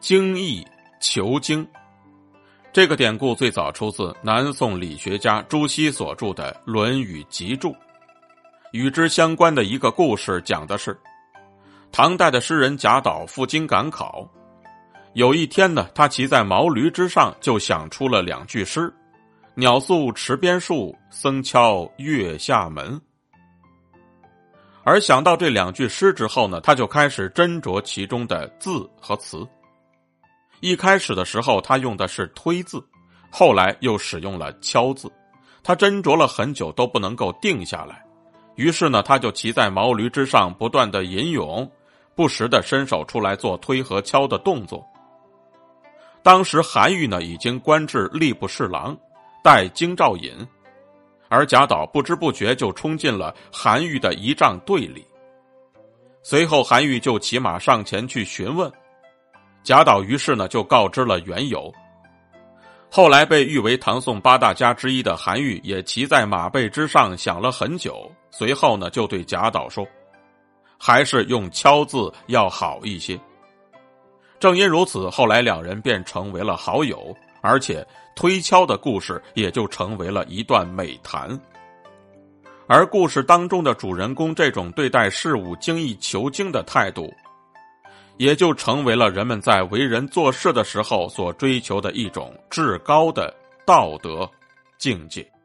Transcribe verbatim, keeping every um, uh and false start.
精益求精。这个典故最早出自南宋理学家朱熹所著的《论语集注》。与之相关的一个故事讲的是，唐代的诗人贾岛赴京赶考，有一天呢，他骑在毛驴之上，就想出了两句诗：鸟宿池边树，僧敲月下门。而想到这两句诗之后呢，他就开始斟酌其中的字和词。一开始的时候他用的是推字，后来又使用了敲字，他斟酌了很久都不能够定下来。于是呢，他就骑在毛驴之上，不断的吟咏，不时的伸手出来做推和敲的动作。当时韩愈呢已经官至吏部侍郎，带京兆尹，而贾岛不知不觉就冲进了韩愈的仪仗队里。随后韩愈就骑马上前去询问，贾岛于是呢就告知了缘由。后来被誉为唐宋八大家之一的韩愈也骑在马背之上想了很久，随后呢就对贾岛说，还是用敲字要好一些。正因如此，后来两人便成为了好友，而且推敲的故事也就成为了一段美谈。而故事当中的主人公这种对待事物精益求精的态度，也就成为了人们在为人做事的时候所追求的一种至高的道德境界。